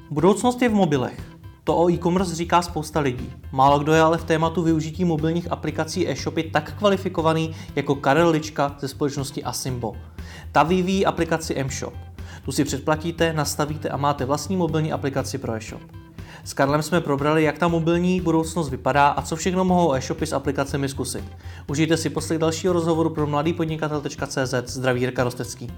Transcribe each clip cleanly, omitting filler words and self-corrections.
Budoucnost je v mobilech. To o e-commerce říká spousta lidí. Málo kdo je ale v tématu využití mobilních aplikací e-shopy tak kvalifikovaný jako Karel Lička ze společnosti Asimbo. Ta vyvíjí aplikaci mShop. Tu si předplatíte, nastavíte a máte vlastní mobilní aplikaci pro e-shop. S Karlem jsme probrali, jak ta mobilní budoucnost vypadá a co všechno mohou e-shopy s aplikacemi zkusit. Užijte si poslech dalšího rozhovoru pro mladýpodnikatel.cz. Zdraví Jirka Rostecký.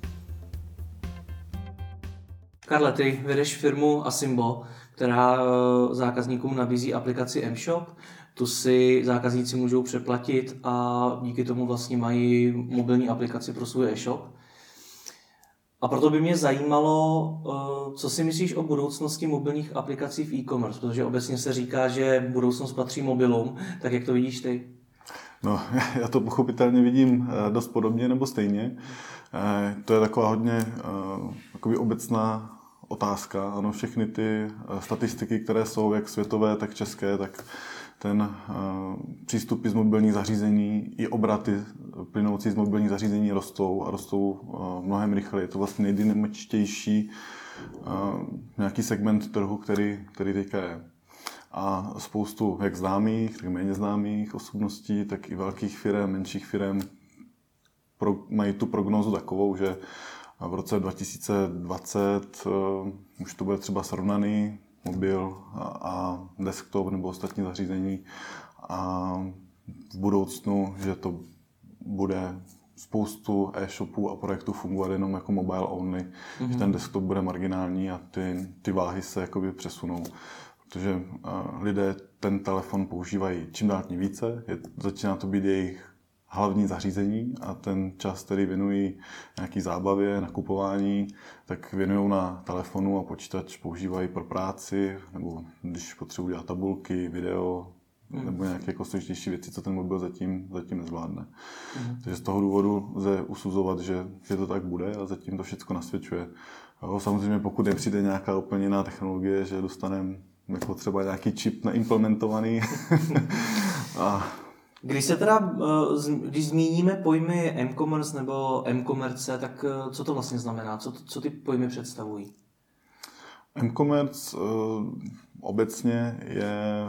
Karle, ty vedeš firmu Asimbo, která zákazníkům nabízí aplikaci mShop. Tu si zákazníci můžou přeplatit a díky tomu vlastně mají mobilní aplikaci pro svůj e-shop. A proto by mě zajímalo, co si myslíš o budoucnosti mobilních aplikací v e-commerce, protože obecně se říká, že budoucnost patří mobilům, tak jak to vidíš ty? No, já to pochopitelně vidím dost podobně nebo stejně. To je taková hodně takový obecná otázka. Ano, všechny ty statistiky, které jsou jak světové, tak české, tak ten přístupy z mobilních zařízení i obraty plynoucí z mobilních zařízení rostou a rostou mnohem rychleji. Je to vlastně nejdynamičtější nějaký segment trhu, který teďka je. A spoustu jak známých, tak méně známých osobností, tak i velkých firem, menších firem mají tu prognózu takovou, že v roce 2020 už to bude třeba srovnaný mobil a desktop nebo ostatní zařízení a v budoucnu, že to bude spoustu e-shopů a projektů fungovat jenom jako mobile only, že ten desktop bude marginální a ty váhy se jakoby přesunou. Protože lidé ten telefon používají čím dál tím více, začíná to být jejich hlavní zařízení a ten čas, který věnují nějaký zábavě, nakupování, tak věnují na telefonu a počítač používají pro práci, nebo když potřebují dělat tabulky, video, nebo nějaké jako složitější věci, co ten mobil zatím nezvládne. Takže z toho důvodu lze usuzovat, že to tak bude a zatím to všechno nasvědčuje. Samozřejmě pokud nepřijde nějaká úplně jiná technologie, že dostaneme jako třeba nějaký čip naimplementovaný. Když zmíníme pojmy m-commerce nebo m-commerce, tak co to vlastně znamená? Co ty pojmy představují? M-commerce obecně je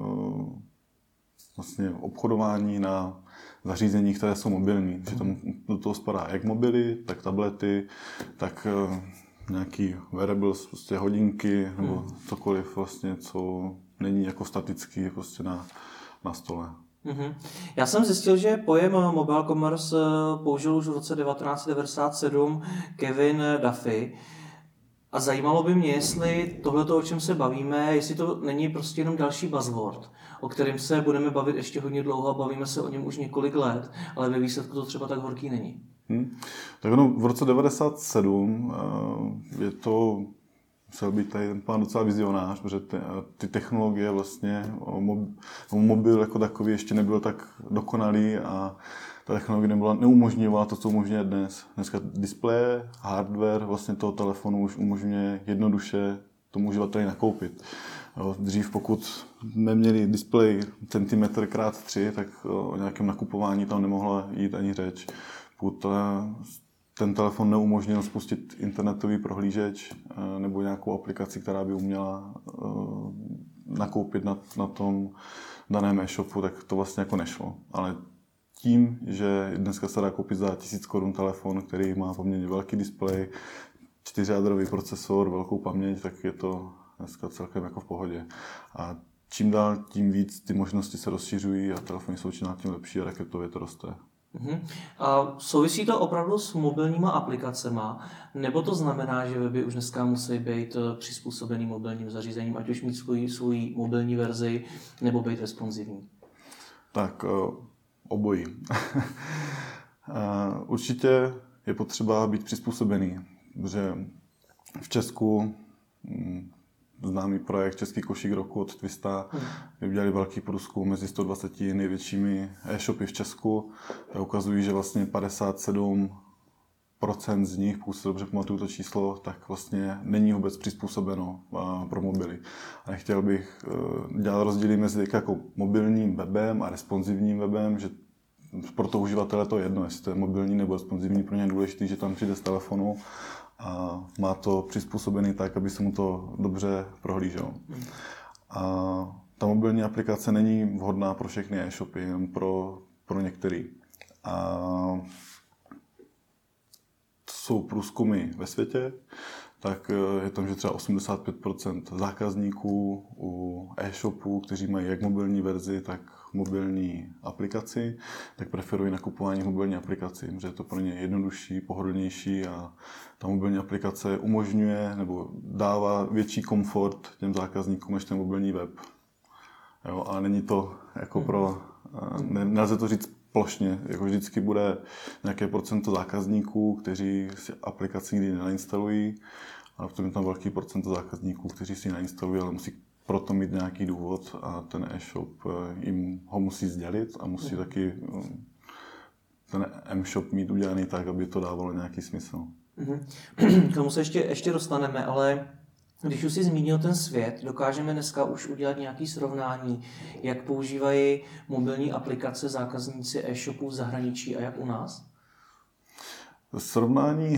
vlastně obchodování na zařízení, které jsou mobilní. Že tam do toho spadá jak mobily, tak tablety, tak nějaký wearables, prostě hodinky nebo cokoliv vlastně, co není jako statický prostě na stole. Já jsem zjistil, že pojem mobile commerce použil už v roce 1997 Kevin Duffy. A zajímalo by mě, jestli tohleto, o čem se bavíme, jestli to není prostě jenom další buzzword, o kterém se budeme bavit ještě hodně dlouho a bavíme se o něm už několik let, ale ve výsledku to třeba tak horký není. Tak ono v roce 1997 je to, musel být tady ten pán docela vizionář, protože ty technologie vlastně, mobil jako takový ještě nebyl tak dokonalý a ta technologie neumožňovala to, co umožňuje dnes. Dneska displeje, hardware vlastně toho telefonu už umožňuje jednoduše tomu uživateli nakoupit. Dřív, pokud neměli displej centimetr x 3, tak o nějakém nakupování tam nemohla jít ani řeč. Pokud ten telefon neumožnil spustit internetový prohlížeč nebo nějakou aplikaci, která by uměla nakoupit na tom daném e-shopu, tak to vlastně jako nešlo. Ale tím, že dneska se dá koupit za 1000 Kč telefon, který má poměrně velký displej, 4jádrový procesor, velkou paměť, tak je to dneska celkem jako v pohodě. A čím dál, tím víc ty možnosti se rozšiřují a telefony jsou čím dál tím lepší a raketově to roste. A souvisí to opravdu s mobilníma aplikacema, nebo to znamená, že weby už dneska musí být přizpůsobený mobilním zařízením, ať už mít svou mobilní verzi, nebo být responsivní? Tak obojí. Určitě je potřeba být přizpůsobený, protože v Česku známý projekt Český košík roku od Twista, kde udělali velký průzkum mezi 120 největšími e-shopy v Česku. Ukazují, že vlastně 57% z nich, pokud si dobře pamatuju to číslo, tak vlastně není vůbec přizpůsobeno pro mobily. A nechtěl bych dělat rozdíly mezi jako mobilním webem a responsivním webem, že pro toho uživatele to je jedno, jestli to je mobilní nebo responsivní, pro ně je důležité, že tam přijde z telefonu a má to přizpůsobený tak, aby se mu to dobře prohlíželo. A ta mobilní aplikace není vhodná pro všechny e-shopy, jen pro některý. A jsou průzkumy ve světě, tak je tam, že třeba 85% zákazníků u e-shopů, kteří mají jak mobilní verzi, tak mobilní aplikaci, tak preferují nakupování mobilní aplikaci, protože je to pro ně jednodušší, pohodlnější a ta mobilní aplikace umožňuje nebo dává větší komfort těm zákazníkům než ten mobilní web. Jo, a není to jako nelze to říct plošně, jako vždycky bude nějaké procento zákazníků, kteří si aplikaci nikdy nenainstalují, ale potom je tam velký procento zákazníků, kteří si ji nainstalují, ale musí proto mít nějaký důvod a ten e-shop jim ho musí sdělit a musí taky ten m-shop mít udělaný tak, aby to dávalo nějaký smysl. K tomu se ještě dostaneme, ale když už jsi zmínil ten svět, dokážeme dneska už udělat nějaké srovnání, jak používají mobilní aplikace zákazníci e-shopů v zahraničí a jak u nás? Srovnání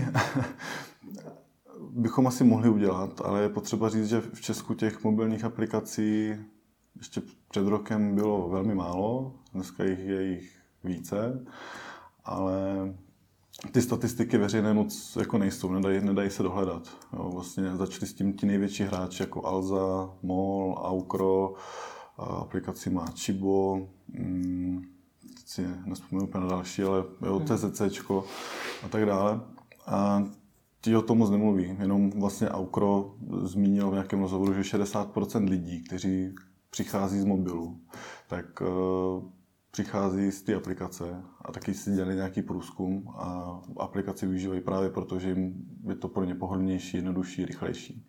bychom asi mohli udělat, ale je potřeba říct, že v Česku těch mobilních aplikací ještě před rokem bylo velmi málo, dneska je jich více, ale ty statistiky veřejné moc jako nejsou, nedají se dohledat. Jo, vlastně začali s tím ti největší hráči jako Alza, MOL, Aukro, aplikaci má Chibo, teď si nespomínám úplně na další, ale jo, TZCčko a tak dále. A ti o tom moc nemluví, jenom vlastně Aukro zmínil v nějakém rozhovoru, že 60% lidí, kteří přichází z mobilu, tak přichází z té aplikace a taky si dělali nějaký průzkum a aplikaci využívají právě proto, že jim je to pro ně pohodlnější, jednodušší, rychlejší.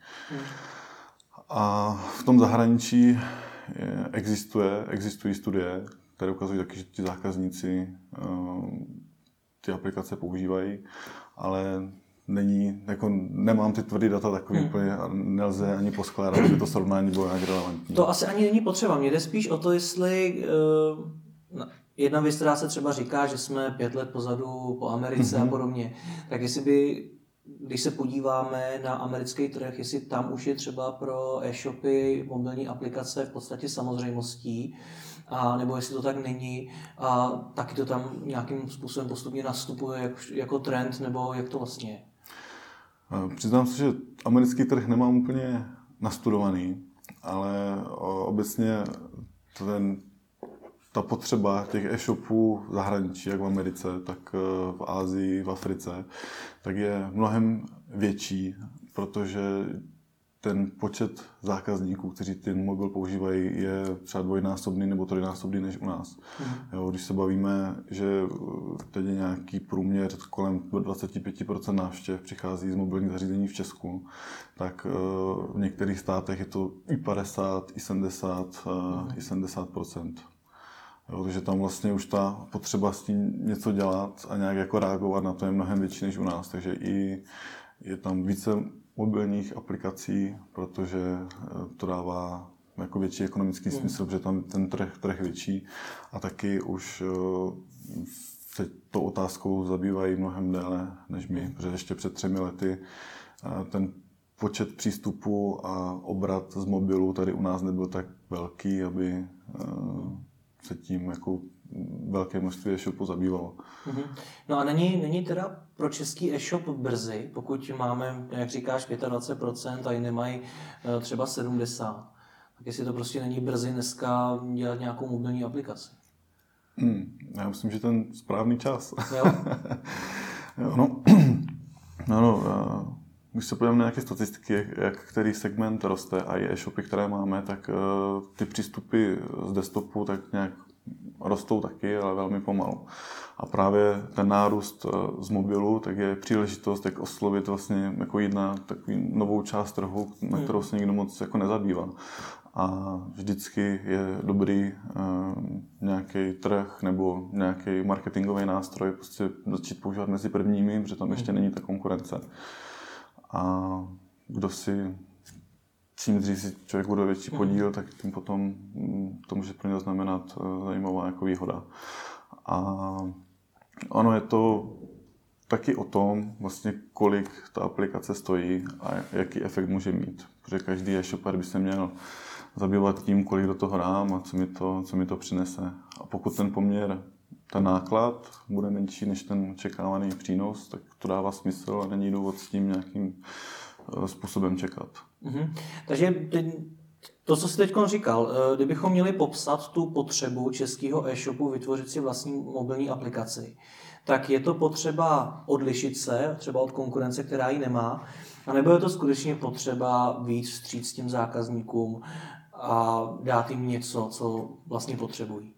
A v tom zahraničí existují studie, které ukazují taky, že ti zákazníci ty aplikace používají, ale nemám ty tvrdý data takový úplně a nelze ani poskládat, aby to srovnání bylo nějak relevantní. To asi ani není potřeba. Mně jde spíš o to, jestli jedna věc, která se třeba říká, že jsme 5 let pozadu po Americe a podobně, tak jestli by, když se podíváme na americký trh, jestli tam už je třeba pro e-shopy mobilní aplikace v podstatě samozřejmostí, a nebo jestli to tak není a taky to tam nějakým způsobem postupně nastupuje jako trend, nebo jak to vlastně je? Přiznám se, že americký trh nemám úplně nastudovaný, ale obecně ta potřeba těch e-shopů v zahraničí, jak v Americe, tak v Asii, v Africe, tak je mnohem větší, protože ten počet zákazníků, kteří ten mobil používají, je třeba dvojnásobný nebo trojnásobný než u nás. Jo, když se bavíme, že teď je nějaký průměr kolem 25% návštěv přichází z mobilních zařízení v Česku, tak v některých státech je to i 50, i 70, i 70%. Jo, takže tam vlastně už ta potřeba s tím něco dělat a nějak jako reagovat na to je mnohem větší než u nás. Takže i je tam více mobilních aplikací, protože to dává jako větší ekonomický smysl, protože tam ten trh větší a taky už se tou otázkou zabývají mnohem déle než my, protože ještě před 3 lety ten počet přístupů a obrat z mobilu tady u nás nebyl tak velký, aby se tím jako velké množství e-shopů zabývalo. No a není teda pro český e-shop brzy, pokud máme, jak říkáš, 25% a jiné mají třeba 70%, tak jestli to prostě není brzy dneska dělat nějakou mobilní aplikaci? Já myslím, že ten správný čas. Jo? Když se podíváme na nějaké statistiky, jak který segment roste a i e-shopy, které máme, tak ty přístupy z desktopu tak nějak rostou taky, ale velmi pomalu. A právě ten nárůst z mobilu tak je příležitost, jak oslovit vlastně jako takový novou část trhu, na kterou se nikdo moc jako nezabývá. A vždycky je dobrý nějaký trh nebo nějaký marketingový nástroj prostě začít používat mezi prvními, protože tam ještě není ta konkurence. A čím dřív si člověk bude větší podíl, tak tím potom to může pro něj znamenat zajímavá jako výhoda. A ono je to taky o tom, vlastně, kolik ta aplikace stojí a jaký efekt může mít. Protože každý e-shopper by se měl zabývat tím, kolik do toho dám a co mi to přinese. A pokud ten poměr, ten náklad bude menší než ten očekávaný přínos, tak to dává smysl a není důvod s tím nějakým způsobem čekat. Takže to, co jsi teď říkal, kdybychom měli popsat tu potřebu českého e-shopu vytvořit si vlastní mobilní aplikaci, tak je to potřeba odlišit se třeba od konkurence, která ji nemá, anebo je to skutečně potřeba víc vstříc těm zákazníkům a dát jim něco, co vlastně potřebují?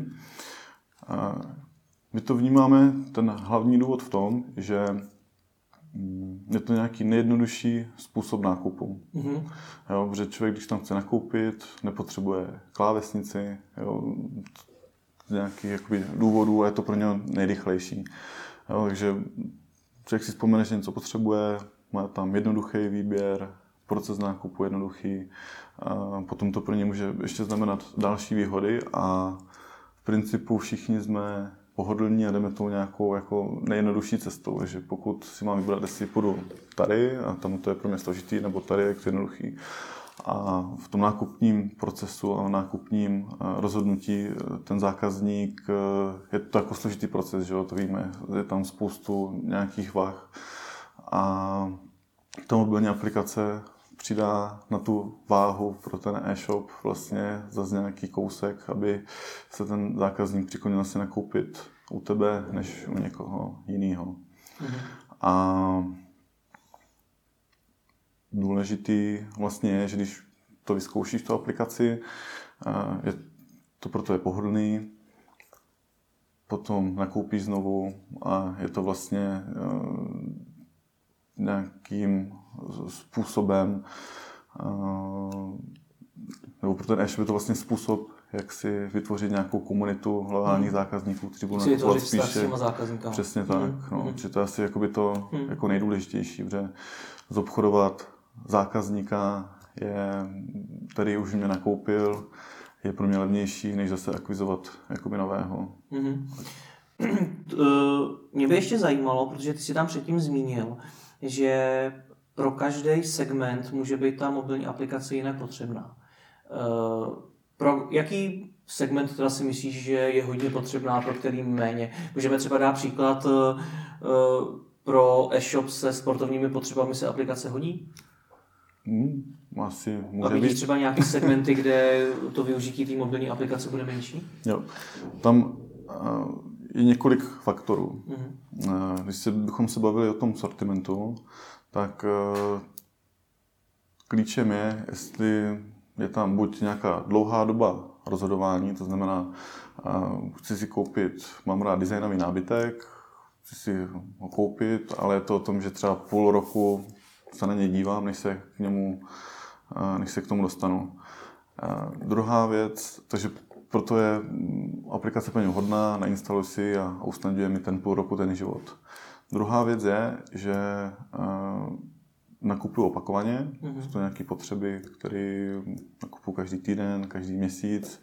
My to vnímáme, ten hlavní důvod v tom, že je to nějaký nejjednodušší způsob nákupu. Jo, protože člověk, když tam chce nakoupit, nepotřebuje klávesnici, jo, z nějakých jakoby důvodů a je to pro něho nejrychlejší. Jo, takže člověk si vzpomene, že něco potřebuje, má tam jednoduchý výběr, proces nákupu jednoduchý, a potom to pro ně může ještě znamenat další výhody a v principu všichni jsme pohodlní a jdeme tou nějakou jako nejjednodušší cestou, že pokud si mám vybrat, jestli půjdu tady a tam to je pro mě složitý, nebo tady je to jednoduchý. A v tom nákupním procesu a nákupním rozhodnutí ten zákazník, je to jako složitý proces, že jo, to víme, je tam spoustu nějakých vah a ta mobilní aplikace přidá na tu váhu pro ten e-shop vlastně zase nějaký kousek, aby se ten zákazník přiklonil si nakoupit u tebe, než u někoho jiného. A důležitý vlastně je, že když to vyzkoušíš tu aplikaci, proto je pohodlný, potom nakoupíš znovu a je to vlastně nějakým způsobem, nebo pro ten e-shop je to vlastně způsob, jak si vytvořit nějakou komunitu loajálních zákazníků, kteří budou nakupovat spíše. Přesně tak. No. Že to je asi to jako nejdůležitější, protože zobchodovat zákazníka který už mě nakoupil, je pro mě levnější, než zase akvizovat jakoby nového. Mě by ještě zajímalo, protože ty si tam předtím zmínil, že pro každý segment může být ta mobilní aplikace jinak potřebná. Pro jaký segment teda si myslíš, že je hodně potřebná, pro který méně? Můžeme třeba dát příklad, pro e-shop se sportovními potřebami se aplikace hodí? Asi může být. Třeba nějaké segmenty, kde to využití té mobilní aplikace bude menší? Jo, tam je několik faktorů. Když bychom se bavili o tom sortimentu, tak klíčem je, jestli je tam buď nějaká dlouhá doba rozhodování, to znamená, chci si koupit, mám rád designový nábytek, chci si ho koupit, ale je to o tom, že třeba půl roku se na něj dívám, než se k tomu dostanu. Druhá věc, takže proto je aplikace pro ně hodná, nainstaluji si a usnadňuje mi ten půl roku ten život. Druhá věc je, že nakupuju opakovaně, jsou to nějaké potřeby, které nakupuju každý týden, každý měsíc.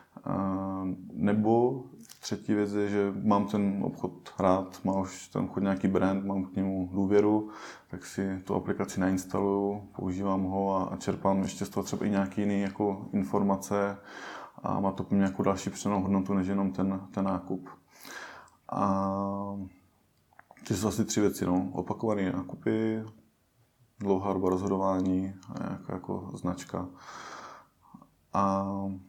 Nebo třetí věc je, že mám ten obchod rád, má už ten obchod nějaký brand, mám k němu důvěru, tak si tu aplikaci nainstaluju, používám ho a čerpám ještě z toho třeba i nějaké jiné jako informace a má to pro mě jako další přidanou hodnotu, než jenom ten nákup. A to jsou asi 3 věci, opakované nákupy, dlouhá doba rozhodování jako značka. A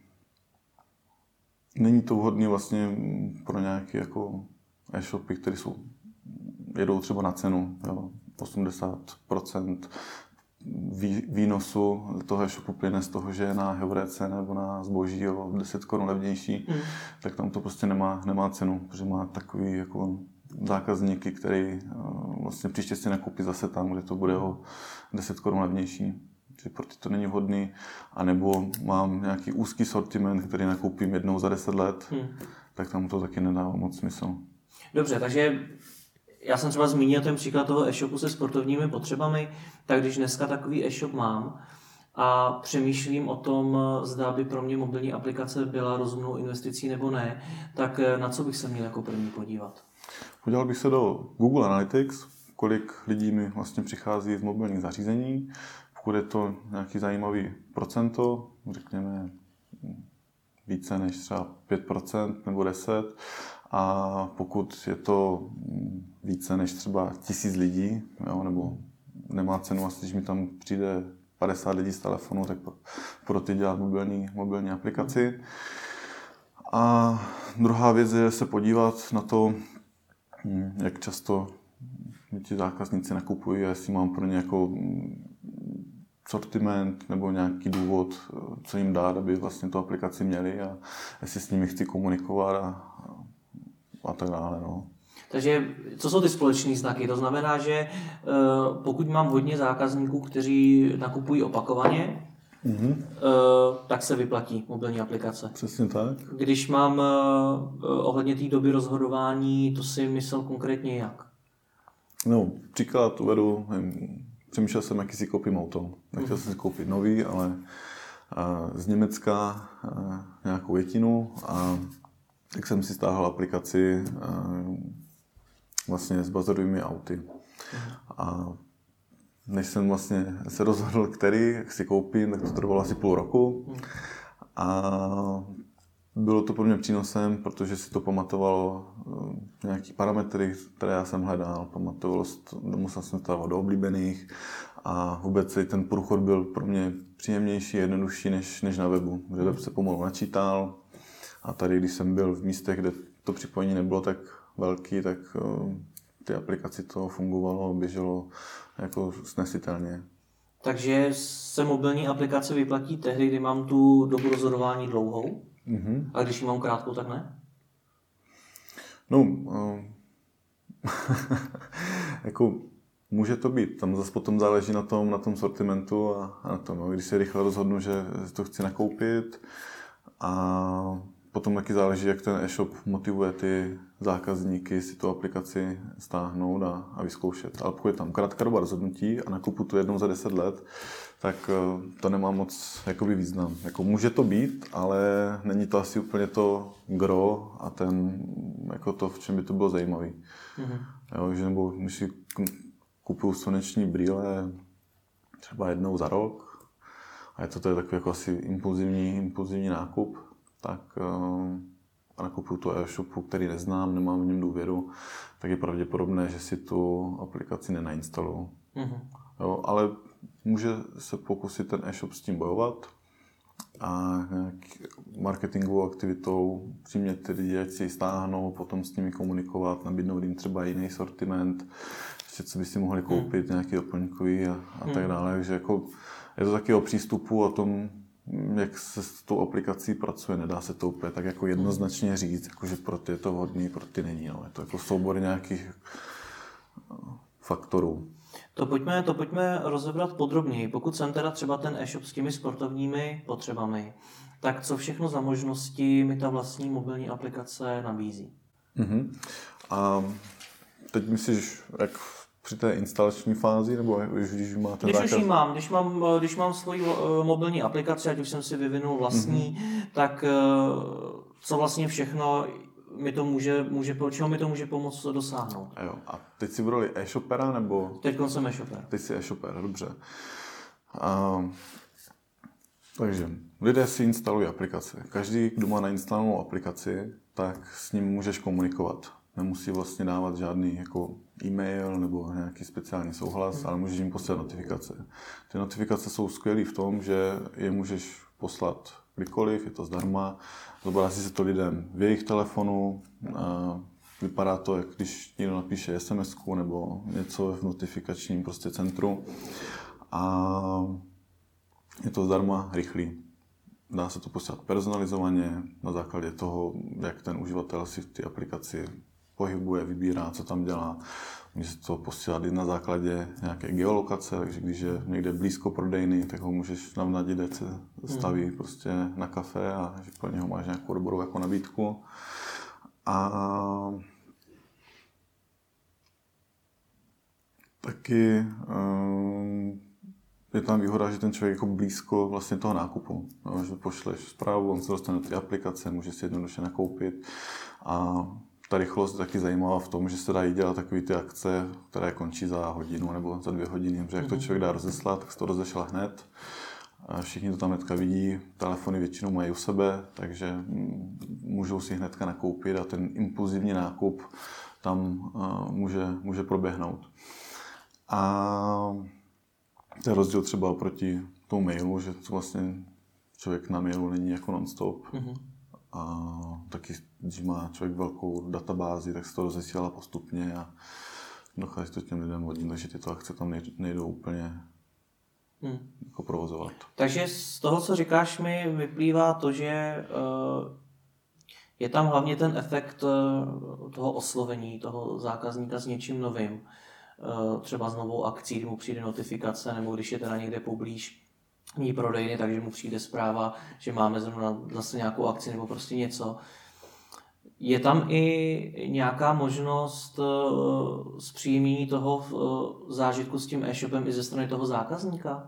není to vhodné vlastně pro nějaké jako e-shopy, které jedou třeba na cenu, jo, 80% výnosu toho e-shopu plyne z toho, že je na Heuréce nebo na zboží o 10 korun levnější, tak tam to prostě nemá cenu, protože má takový jako zákazníky, který vlastně příště si nakoupí zase tam, kde to bude o 10 korun levnější. Že pro ty to není vhodný, anebo mám nějaký úzký sortiment, který nakoupím jednou za 10 let, tak tam to taky nedává moc smysl. Dobře, takže já jsem třeba zmínil ten příklad toho e-shopu se sportovními potřebami, tak když dneska takový e-shop mám a přemýšlím o tom, zda by pro mě mobilní aplikace byla rozumnou investicí nebo ne, tak na co bych se měl jako první podívat? Podíval bych se do Google Analytics, kolik lidí mi vlastně přichází z mobilních zařízení. Pokud je to nějaký zajímavý procento, řekněme více než třeba 5% nebo 10%, a pokud je to více než třeba 1000 lidí, jo, nebo nemá cenu asi, když mi tam přijde 50 lidí z telefonu, tak pro ty dělat mobilní aplikaci. A druhá věc je se podívat na to, jak často ti zákazníci nakupují, jestli mám pro ně jako sortiment nebo nějaký důvod, co jim dát, aby vlastně tu aplikaci měli, a jestli s nimi chci komunikovat a tak dále. No. Takže co jsou ty společné znaky? To znamená, že pokud mám hodně zákazníků, kteří nakupují opakovaně, tak se vyplatí mobilní aplikace. Přesně tak. Když mám ohledně té doby rozhodování, to si myslel konkrétně jak? No, příklad uvedu, přemýšlel jsem, jaký si koupím auto. Nechtěl jsem si koupit nový, ale z Německa nějakou větinu, a tak jsem si stáhl aplikaci vlastně s bazarovými auty. A než jsem vlastně se rozhodl, který si koupím, tak to trvalo asi půl roku. A bylo to pro mě přínosem, protože si to pamatovalo nějaký parametry, které já jsem hledal. Musel jsem stávat do oblíbených, a vůbec celý ten průchod byl pro mě příjemnější, jednodušší než na webu. Že web se pomalu načítal, a tady, když jsem byl v místech, kde to připojení nebylo tak velký, tak ty aplikaci to fungovalo a běželo jako snesitelně. Takže se mobilní aplikace vyplatí tehdy, kdy mám tu dobu rozhodování dlouhou? A když ji mám krátkou, tak ne? No, jako může to být. Tam zase potom záleží na tom sortimentu a na tom. No. Když se rychle rozhodnu, že to chci nakoupit, a potom taky záleží, jak ten e-shop motivuje ty zákazníky si tu aplikaci stáhnout a vyzkoušet. Ale pokud je tam krátká doba rozhodnutí a nakupu to jednou za 10 let, tak to nemá moc jakoby význam. Jako může to být, ale není to asi úplně to gro a jako to, v čem by to bylo zajímavé. Jo, že nebo když si kupuju sluneční brýle třeba jednou za rok, a je to takový jako asi impulzivní nákup, tak a nakupuju to e-shopu, který neznám, nemám v něm důvěru, tak je pravděpodobné, že si tu aplikaci nenainstaluju. Jo, ale může se pokusit ten e-shop s tím bojovat a nějak marketingovou aktivitou přimět ty lidi, ať si ji stáhnou, potom s nimi komunikovat, nabídnout jim třeba jiný sortiment, ještě co by si mohli koupit, nějaký doplňkový a tak dále. Takže jako je to taky o přístupu, o tom, jak se s tou aplikací pracuje. Nedá se to úplně tak jako jednoznačně říct, jako že pro ty je to vhodný, pro ty není. No. Je to jako soubor nějakých faktorů. To pojďme rozebrat podrobněji. Pokud jsem teda třeba ten e-shop s těmi sportovními potřebami, tak co všechno za možnosti mi ta vlastní mobilní aplikace nabízí? A teď myslíš, jak při té instalační fázi, nebo když máte zákaz? Když mám svoji mobilní aplikaci, ať už jsem si vyvinul vlastní, tak co vlastně všechno čeho mi to může pomoct dosáhnout. Jo. A teď si v roli e-shopera, nebo? Teď jsem e-shopper. Teď jsi e-shopper, dobře. Takže lidé si instalují aplikace. Každý, kdo má nainstalovanou aplikaci, tak s ním můžeš komunikovat. Nemusí vlastně dávat žádný jako e-mail nebo nějaký speciální souhlas, ale můžeš jim poslat notifikace. Ty notifikace jsou skvělé v tom, že je můžeš poslat kdykoliv, je to zdarma, zobrazí se to lidem v jejich telefonu, vypadá to, jak když někdo napíše SMS-ku nebo něco v notifikačním prostě centru, a je to zdarma, rychlý. Dá se to poslat personalizovaně na základě toho, jak ten uživatel si v té aplikaci pohybuje, vybírá, co tam dělá. Může se to posílat i na základě nějaké geolokace, takže když je někde blízko prodejny, tak ho můžeš navnadit, ať se staví prostě na kafe a že pro něho máš nějakou dobrou jako nabídku. A taky je tam výhoda, že ten člověk jako blízko vlastně toho nákupu. No, že pošleš zprávu, on se dostane do té aplikace, může si jednoduše nakoupit. A ta rychlost je taky zajímavá v tom, že se dají dělat takové ty akce, které končí za hodinu nebo za 2 hodiny, protože jak to člověk dá rozeslat, tak se to rozešla hned. Všichni to tam hnedka vidí, telefony většinou mají u sebe, takže můžou si hnedka nakoupit a ten impulzivní nákup tam může proběhnout. A to je rozdíl třeba oproti tomu mailu, že to vlastně člověk na mailu není jako non-stop. A taky, když má člověk velkou databázi, tak se to rozesílá postupně a dochází to těm lidem hodin, takže tyto akce tam nejdou úplně jako provozovat. Takže z toho, co říkáš, mi vyplývá to, že je tam hlavně ten efekt toho oslovení, toho zákazníka s něčím novým. Třeba s novou akcí, kdy mu přijde notifikace, nebo když je teda někde poblíž ní prodejny, takže mu přijde zpráva, že máme zrovna zase nějakou akci nebo prostě něco. Je tam i nějaká možnost zpříjemnění toho zážitku s tím e-shopem i ze strany toho zákazníka?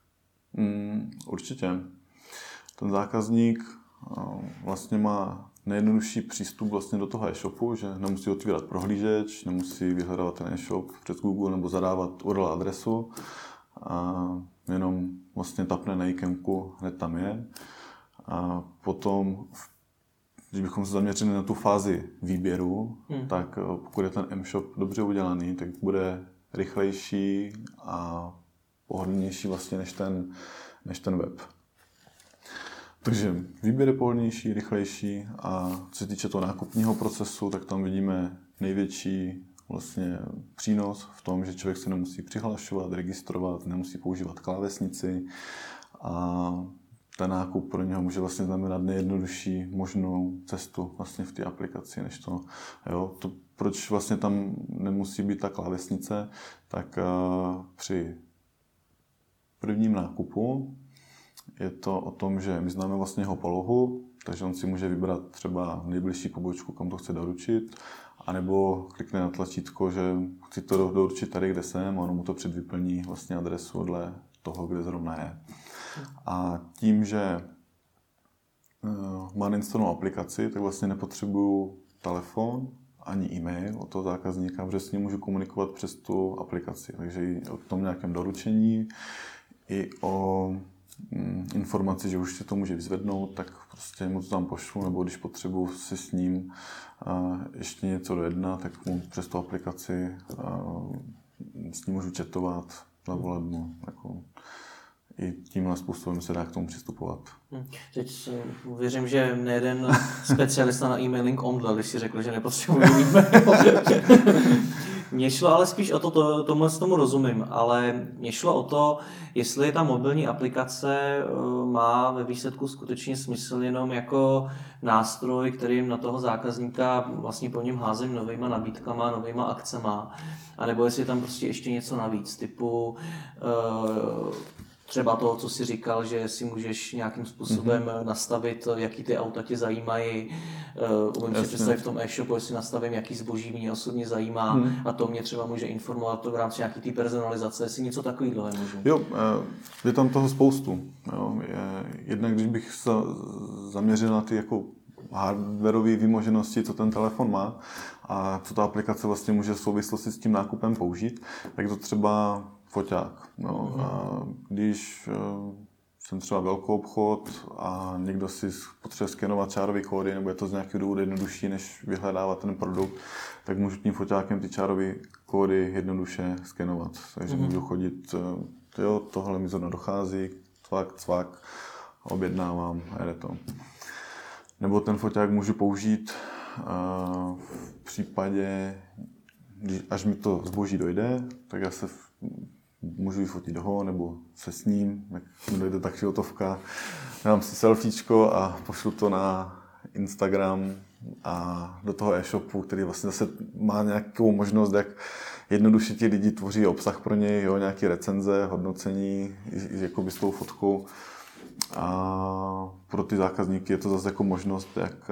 Určitě. Ten zákazník vlastně má nejjednodušší přístup vlastně do toho e-shopu, že nemusí otvírat prohlížeč, nemusí vyhledávat ten e-shop přes Google nebo zadávat URL adresu a jenom vlastně tapne na ikonku, hned tam je. A potom, když bychom se zaměřili na tu fázi výběru, tak pokud je ten e-shop dobře udělaný, tak bude rychlejší a pohodlnější vlastně než ten web. Takže výběr je pohodlnější, rychlejší a co se týče toho nákupního procesu, tak tam vidíme největší vlastně přínos v tom, že člověk se nemusí přihlašovat, registrovat, nemusí používat klávesnici a ten nákup pro něho může vlastně znamenat nejjednodušší možnou cestu vlastně v té aplikaci, než to, proč vlastně tam nemusí být ta klávesnice, tak při prvním nákupu je to o tom, že my známe vlastně jeho polohu, takže on si může vybrat třeba nejbližší pobočku, kam to chce doručit, anebo klikne na tlačítko, že chci to doručit tady, kde jsem, a ono mu to předvyplní vlastně adresu dle toho, kde zrovna je. A tím, že má nainstalovanou aplikaci, tak vlastně nepotřebuju telefon ani e-mail od toho zákazníka, protože s ním můžu komunikovat přes tu aplikaci. Takže i o tom nějakém doručení, i o informaci, že už si to může vyzvednout, tak prostě mu to tam pošlu, nebo když potřebuji si s ním ještě něco dojednat, tak mu přes tu aplikaci s ním můžu chatovat, zavolat mu. Jako, i tímhle způsobem se dá k tomu přistupovat. Teď věřím, že nejeden specialista na e-mailing omdlel, když si řekl, že nepotřebuje e-mail. Mně šlo ale spíš o to, tomu rozumím, ale mně šlo o to, jestli ta mobilní aplikace má ve výsledku skutečně smysl jenom jako nástroj, kterým na toho zákazníka vlastně po něm házím novýma nabídkama, novýma akcema, anebo jestli je tam prostě ještě něco navíc, typu třeba to, co jsi říkal, že si můžeš nějakým způsobem nastavit, jaký ty auta tě zajímají. Umím si představit v tom e-shopu, jestli nastavím, jaký zboží mě osobně zajímá a to mě třeba může informovat v rámci nějaký té personalizace, jestli něco takového můžu. Jo, je tam toho spoustu. Jo. Jednak, když bych se zaměřil na ty jako hardwareové výmoženosti, co ten telefon má a co ta aplikace vlastně může v souvislosti s tím nákupem použít, tak to třeba foťák. No. A když jsem třeba velký obchod a někdo si potřebuje skenovat čárové kódy, nebo je to z nějakého důvodu jednodušší, než vyhledávat ten produkt, tak můžu tím foťákem ty čárové kódy jednoduše skenovat. Takže můžu chodit, tohle mi zrovna dochází, cvak, objednávám a jde to. Nebo ten foťák můžu použít v případě, až mi to zboží dojde, tak já se můžu vyfotit ho, nebo se s ním, jak mi dojde tak hotovka, dám si selfiečko a pošlu to na Instagram a do toho e-shopu, který vlastně zase má nějakou možnost, jak jednoduše ti lidi tvoří obsah pro něj, nějaké recenze, hodnocení, jakoby s tou fotkou. A pro ty zákazníky je to zase jako možnost, jak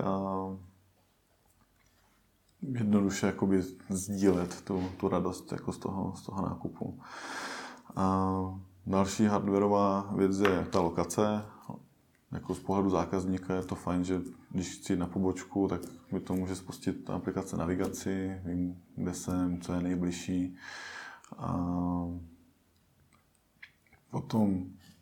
jednoduše jakoby sdílet tu radost jako z toho nákupu. A další hardwareová věc je ta lokace. jako z pohledu zákazníka je to fajn, že když chci jít na pobočku, tak mi to může spustit aplikace navigaci, vím, kde jsem, co je nejbližší. A potom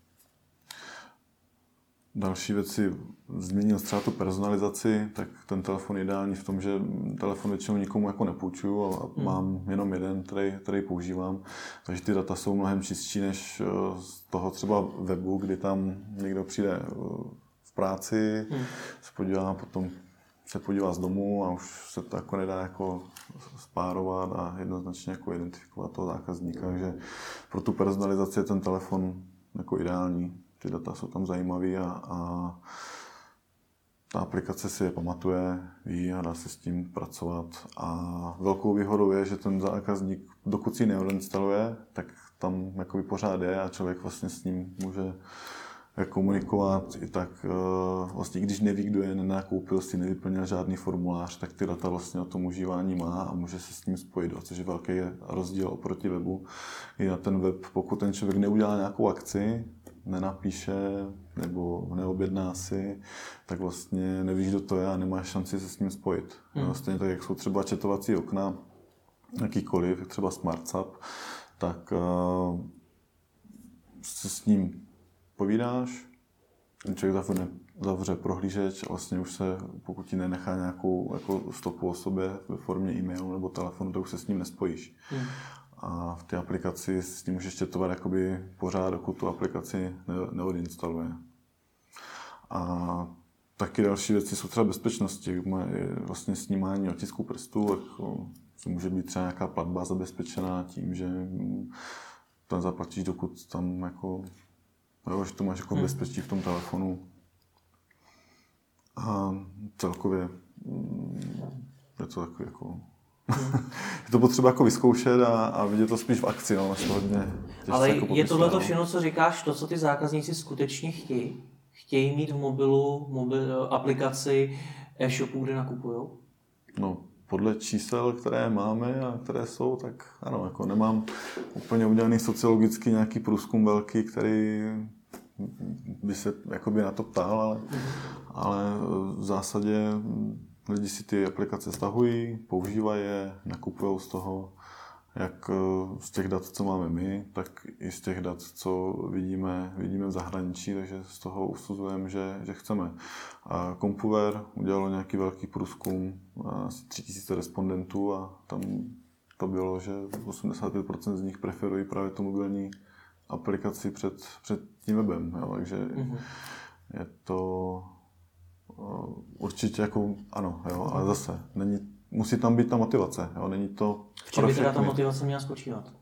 další věci, změnil třeba tu personalizaci, tak ten telefon je ideální v tom, že telefon většinou nikomu jako nepůjčuju a mám jenom jeden, který používám. Takže ty data jsou mnohem čistší než z toho třeba webu, kdy tam někdo přijde v práci, se podívá, potom se podívá z domu a už se to jako nedá jako spárovat a jednoznačně jako identifikovat toho zákazníka. Takže pro tu personalizaci je ten telefon jako ideální. Ty data jsou tam zajímavé a ta aplikace si je pamatuje, ví a dá se s tím pracovat. A velkou výhodou je, že ten zákazník, dokud si ji neodinstaluje, tak tam jakoby pořád je a člověk vlastně s ním může komunikovat i tak vlastně, když neví, kdo je, nenakoupil si, nevyplnil žádný formulář, tak ty data vlastně o tom užívání má a může se s ním spojit, což je velký rozdíl oproti webu. I na ten web, pokud ten člověk neudělá nějakou akci, nenapíše nebo neobjedná si, tak vlastně nevíš, kdo to je a nemáš šanci se s ním spojit. Stejně tak, jak jsou třeba chatovací okna, jakýkoliv, jak třeba SmartSap, tak se s ním povídáš, ten člověk zavře prohlížeč a vlastně už se, pokud ti nenechá nějakou jako stopu o sobě ve formě e-mailu nebo telefonu, tak už se s ním nespojíš. A v té aplikaci s ním můžeš chatovat jakoby pořád, dokud tu aplikaci neodinstaluje. A taky další věci jsou třeba bezpečnosti, vlastně snímání otisků prstů, jako může být třeba nějaká platba zabezpečená tím, že to nezaplatíš, dokud tam jako, že to máš jako bezpečí v tom telefonu. A celkově je to takový jako je to potřeba jako vyzkoušet a vidět to spíš v akci, no, než to hodně těžce. Ale jako je tohle všechno, co říkáš, to, co ty zákazníci skutečně chtějí? Chtějí mít v mobilu aplikaci e-shopu, kde nakupujou? No, podle čísel, které máme a které jsou, tak ano, jako nemám úplně udělaný sociologicky nějaký průzkum velký, který by se jakoby na to ptal, ale v zásadě lidi si ty aplikace stahují, používají je, nakupují z toho, jak z těch dat, co máme my, tak i z těch dat, co vidíme v zahraničí, takže z toho usuzujeme, že chceme. A Compuware udělalo nějaký velký průzkum, asi 3000 respondentů a tam to bylo, že 85% z nich preferují právě tu mobilní aplikaci před tím webem. Jo, takže je to určitě jako ano, jo, ale zase musí tam být ta motivace. Jo, není to v čem by teda ta motivace měla spočívat?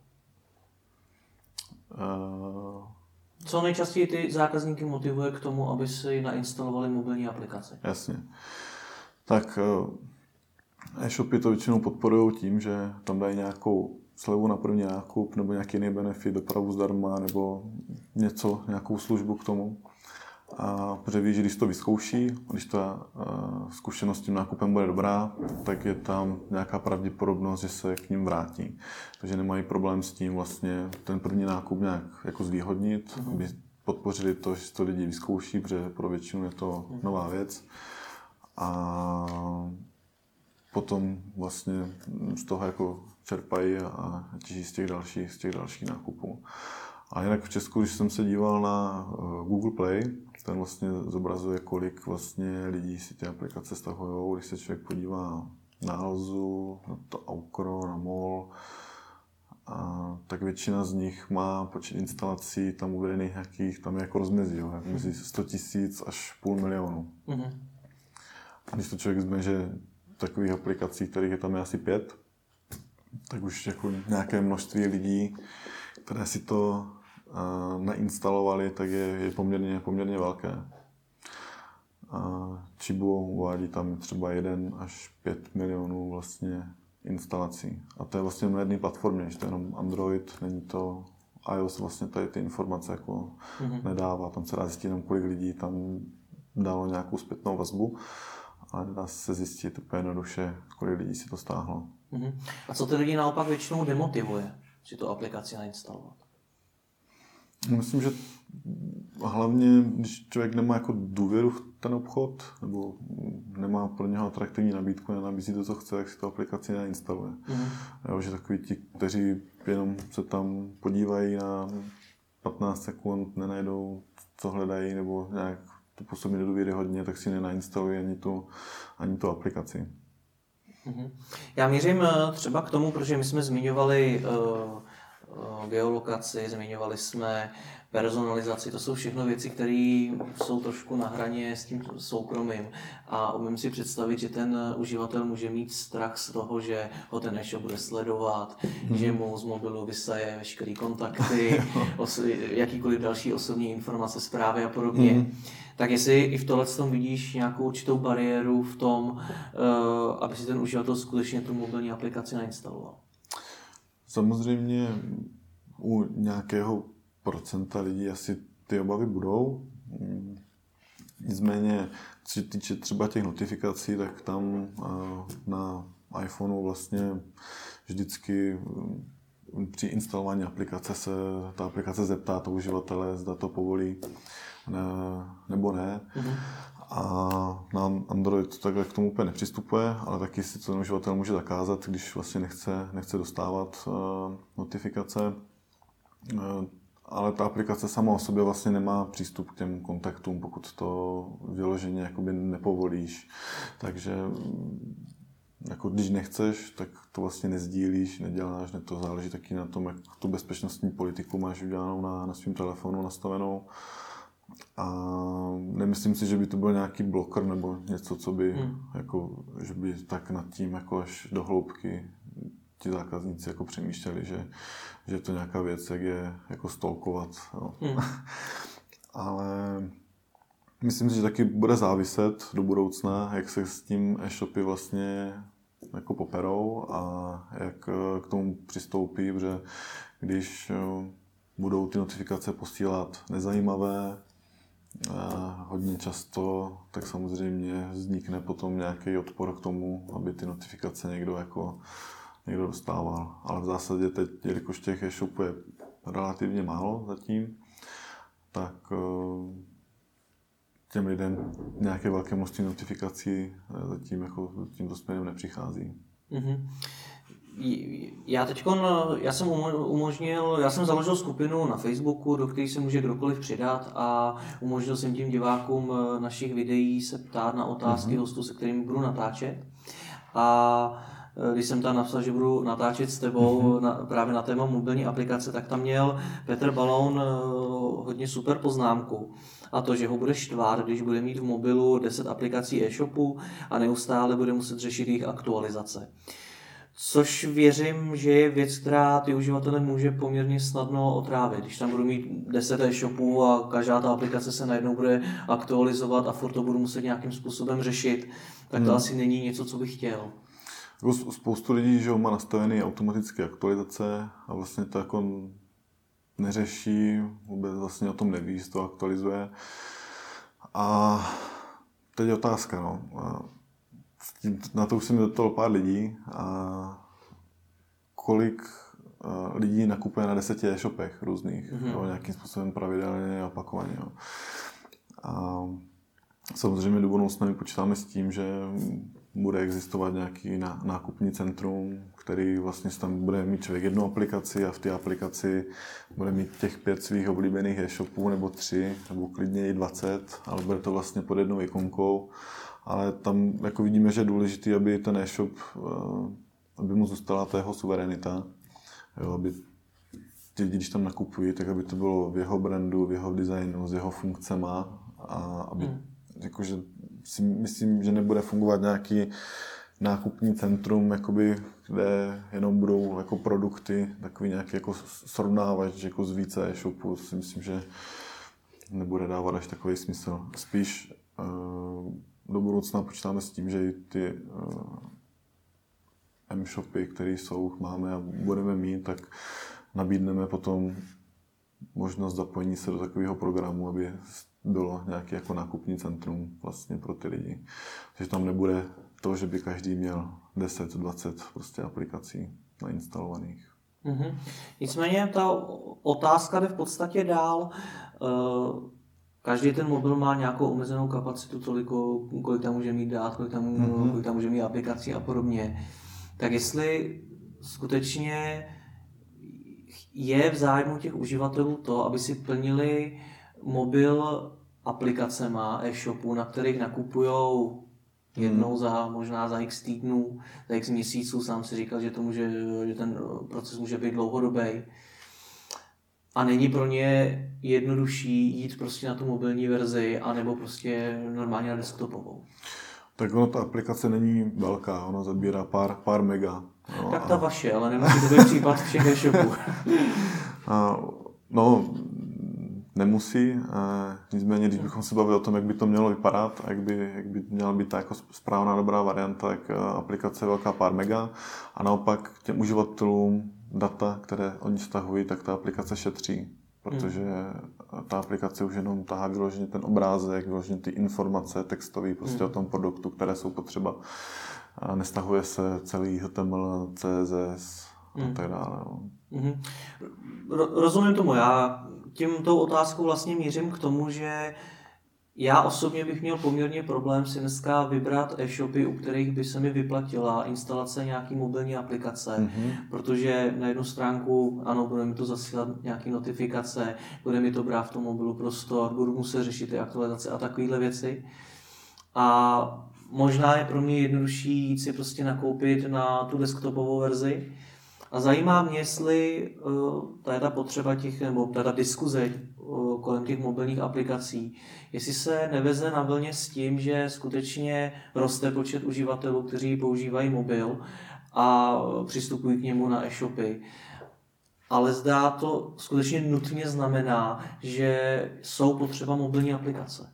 Co nejčastěji ty zákazníky motivuje k tomu, aby si nainstalovali mobilní aplikaci? Jasně. Tak e-shopy to většinou podporují tím, že tam dají nějakou slevu na první nákup nebo nějaký jiný benefit, dopravu zdarma nebo nějakou službu k tomu. A protože ví, že když to vyzkouší, když ta zkušenost s tím nákupem bude dobrá, tak je tam nějaká pravděpodobnost, že se k ním vrátí. Takže nemají problém s tím vlastně ten první nákup nějak jako zvýhodnit, aby podpořili to, že to lidi vyzkouší, protože pro většinu je to nová věc. A potom vlastně z toho jako čerpají a těží z těch dalších nákupů. A jinak v Česku, když jsem se díval na Google Play, ten vlastně zobrazuje, kolik vlastně lidí si ty aplikace stahujou. Když se člověk podívá na Alzu, na to Aukro, na MOL, tak většina z nich má počet instalací tam uvedených nějakých, tam je jako rozmezí, mezi 100 000 až 500 000. Když to člověk vezme, že takových aplikací, kterých je tam asi 5, tak už jako nějaké množství lidí, které si to nainstalovali, tak je poměrně velké. Chibo uvádí tam třeba 1 až 5 milionů vlastně instalací. A to je vlastně na jedné platformě, že to je jenom Android, není to iOS, vlastně tady ty informace jako nedává. Tam se dá zjistit jenom, kolik lidí tam dalo nějakou zpětnou vazbu, ale dá se zjistit úplně jednoduše, kolik lidí si to stáhlo. A co ty lidi naopak většinou demotivuje si tu aplikaci nainstalovat? Myslím, že hlavně, když člověk nemá jako důvěru v ten obchod, nebo nemá pro něho atraktivní nabídku, nenabízí to, co chce, tak si tu aplikaci neinstaluje. Jo, že takový ti, kteří jenom se tam podívají na 15 sekund, nenajdou, co hledají, nebo nějak to působí nedůvěryhodně, tak si nenainstalují ani tu aplikaci. Já mířím třeba k tomu, protože my jsme zmiňovali geolokaci, zmiňovali jsme personalizaci, to jsou všechno věci, které jsou trošku na hraně s tím soukromým a umím si představit, že ten uživatel může mít strach z toho, že ho ten e-shop bude sledovat, že mu z mobilu vysaje veškeré kontakty, jakýkoliv další osobní informace, zprávy a podobně. Tak jestli i v tohle tom vidíš nějakou určitou bariéru v tom, aby si ten uživatel skutečně tu mobilní aplikaci nainstaloval? Samozřejmě u nějakého procenta lidí asi ty obavy budou. Nicméně, co se týče třeba těch notifikací, tak tam na iPhoneu vlastně vždycky při instalování aplikace se ta aplikace zeptá toho uživatele, zda to povolí nebo ne. A na Android takhle k tomu úplně nepřistupuje, ale taky si ten uživatel může zakázat, když vlastně nechce dostávat notifikace. Ale ta aplikace sama o sobě vlastně nemá přístup k těm kontaktům, pokud to vyloženě jakoby nepovolíš. Takže jako když nechceš, tak to vlastně nezdílíš, neděláš, to záleží taky na tom, jak tu bezpečnostní politiku máš udělanou na svém telefonu nastavenou. A nemyslím si, že by to byl nějaký bloker nebo něco, co by, jako, že by tak nad tím jako až do hloubky ti zákazníci jako přemýšleli, že je to nějaká věc, jak je jako stalkovat. Jo. Ale myslím si, že taky bude záviset do budoucna, jak se s tím e-shopy vlastně jako poperou a jak k tomu přistoupí, protože když budou ty notifikace posílat nezajímavé, hodně často, tak samozřejmě vznikne potom nějaký odpor k tomu, aby ty notifikace někdo dostával. Ale v zásadě teď, jelikož těch e-shopů je relativně málo zatím, tak těm lidem nějaké velké množství notifikací zatím tímto směrem nepřichází. Já jsem založil skupinu na Facebooku, do které se může kdokoliv přidat a umožnil jsem tím divákům našich videí se ptát na otázky hostů, se kterými budu natáčet. A když jsem tam napsal, že budu natáčet s tebou právě na téma mobilní aplikace, tak tam měl Petr Baloun hodně super poznámku. A to, že ho bude štvát, když bude mít v mobilu 10 aplikací e-shopu a neustále bude muset řešit jejich aktualizace. Což věřím, že je věc, která ty uživatele může poměrně snadno otrávit. Když tam budu mít 10 e-shopů a každá ta aplikace se najednou bude aktualizovat a furt to budu muset nějakým způsobem řešit, tak to asi není něco, co bych chtěl. Spoustu lidí, že má nastavené automatické aktualizace a vlastně to jako neřeší, vůbec vlastně o tom neví, že to aktualizuje. A teď je otázka, no. Na to už se mi dotklo pár lidí a kolik lidí nakupuje na 10 e-shopech různých, jo, nějakým způsobem pravidelně a opakovaně. Jo. A samozřejmě do budoucna my počítáme s tím, že bude existovat nějaký nákupní centrum, který vlastně tam bude mít člověk jednu aplikaci a v té aplikaci bude mít těch 5 svých oblíbených e-shopů nebo 3, nebo klidně i 20, ale bude to vlastně pod jednou ikonkou. Ale tam jako vidíme, že je důležité, aby ten e-shop, aby mu zůstala ta jeho suverenita, jo, aby ti lidi, když tam nakupují, tak aby to bylo v jeho brandu, v jeho designu, s jeho funkcema a aby, jakože si myslím, že nebude fungovat nějaký nákupní centrum, jakoby, kde jenom budou jako produkty, takový nějaký jako srovnávač jako z více e-shopů, si myslím, že nebude dávat až takový smysl. Spíš do budoucna počítáme s tím, že i ty m-shopy, které máme a budeme mít, tak nabídneme potom možnost zapojení se do takového programu, aby bylo nějaké jako nákupní centrum vlastně pro ty lidi. Takže tam nebude to, že by každý měl 10-20 prostě aplikací nainstalovaných. Mm-hmm. Nicméně ta otázka jde v podstatě dál. Každý ten mobil má nějakou omezenou kapacitu, toliko, kolik tam může mít dát, kolik tam může mít aplikací a podobně. Tak jestli skutečně je v zájmu těch uživatelů to, aby si plnili mobil aplikacema e-shopu, na kterých nakupujou jednou možná za x týdnů, za x měsíců, sám si říkal, že ten proces může být dlouhodobý. A není pro ně jednodušší jít prostě na tu mobilní verzi, anebo prostě normálně na desktopovou. Tak ono, ta aplikace není velká, ona zabírá pár mega. No, tak ta vaše, ale nemusí to být případ všech e-shopů. No, nemusí, nicméně, když bychom se bavili o tom, jak by to mělo vypadat, jak by měla být ta jako správná dobrá varianta, tak aplikace je velká pár mega a naopak těm uživatelům data, které oni stahují, tak ta aplikace šetří, protože ta aplikace už jenom tahá vyloženě ten obrázek, vyloženě ty informace textové prostě o tom produktu, které jsou potřeba. A nestahuje se celý HTML, CSS a tak dále. No. Rozumím tomu. Já tou otázkou vlastně mířím k tomu, že já osobně bych měl poměrně problém si dneska vybrat e-shopy, u kterých by se mi vyplatila instalace nějaký mobilní aplikace, protože na jednu stránku, ano, bude mi to zasílat nějaké notifikace, bude mi to brát v tom mobilu prostor, budu muset řešit ty aktualizace a takovéhle věci. A možná je pro mě jednodušší jít si prostě nakoupit na tu desktopovou verzi. A zajímá mě, jestli ta potřeba nebo ta diskuze kolem těch mobilních aplikací, jestli se neveze na vlně s tím, že skutečně roste počet uživatelů, kteří používají mobil a přistupují k němu na e-shopy. Ale zdá to skutečně nutně znamená, že jsou potřeba mobilní aplikace.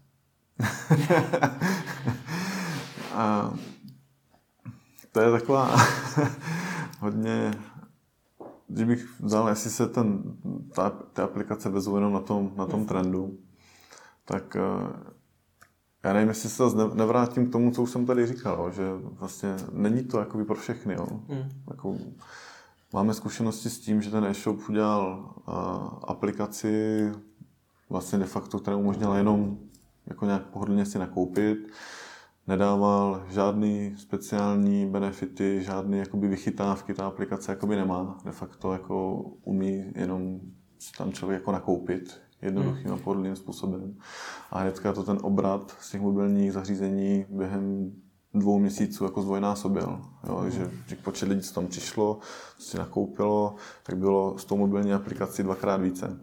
To je taková hodně... Když bych vzal, jestli se ty aplikace vezou jenom na tom trendu, tak já nevím, jestli se nevrátím k tomu, co už jsem tady říkal, že vlastně není to jakoby pro všechny. Jo. Jako, máme zkušenosti s tím, že ten e-shop udělal aplikaci vlastně de facto, která umožnila jenom jako nějak pohodlně si nakoupit, nedával žádný speciální benefity, žádný jakoby vychytávky, ta aplikace jakoby nemá. De facto jako umí jenom si tam člověk jako nakoupit jednoduchým a pohodlným způsobem. A hnedka to ten obrat z těch mobilních zařízení během 2 měsíců jako zdvojnásobil. Že počet lidí, co tam přišlo, co si nakoupilo, tak bylo s tou mobilní aplikací 2x více.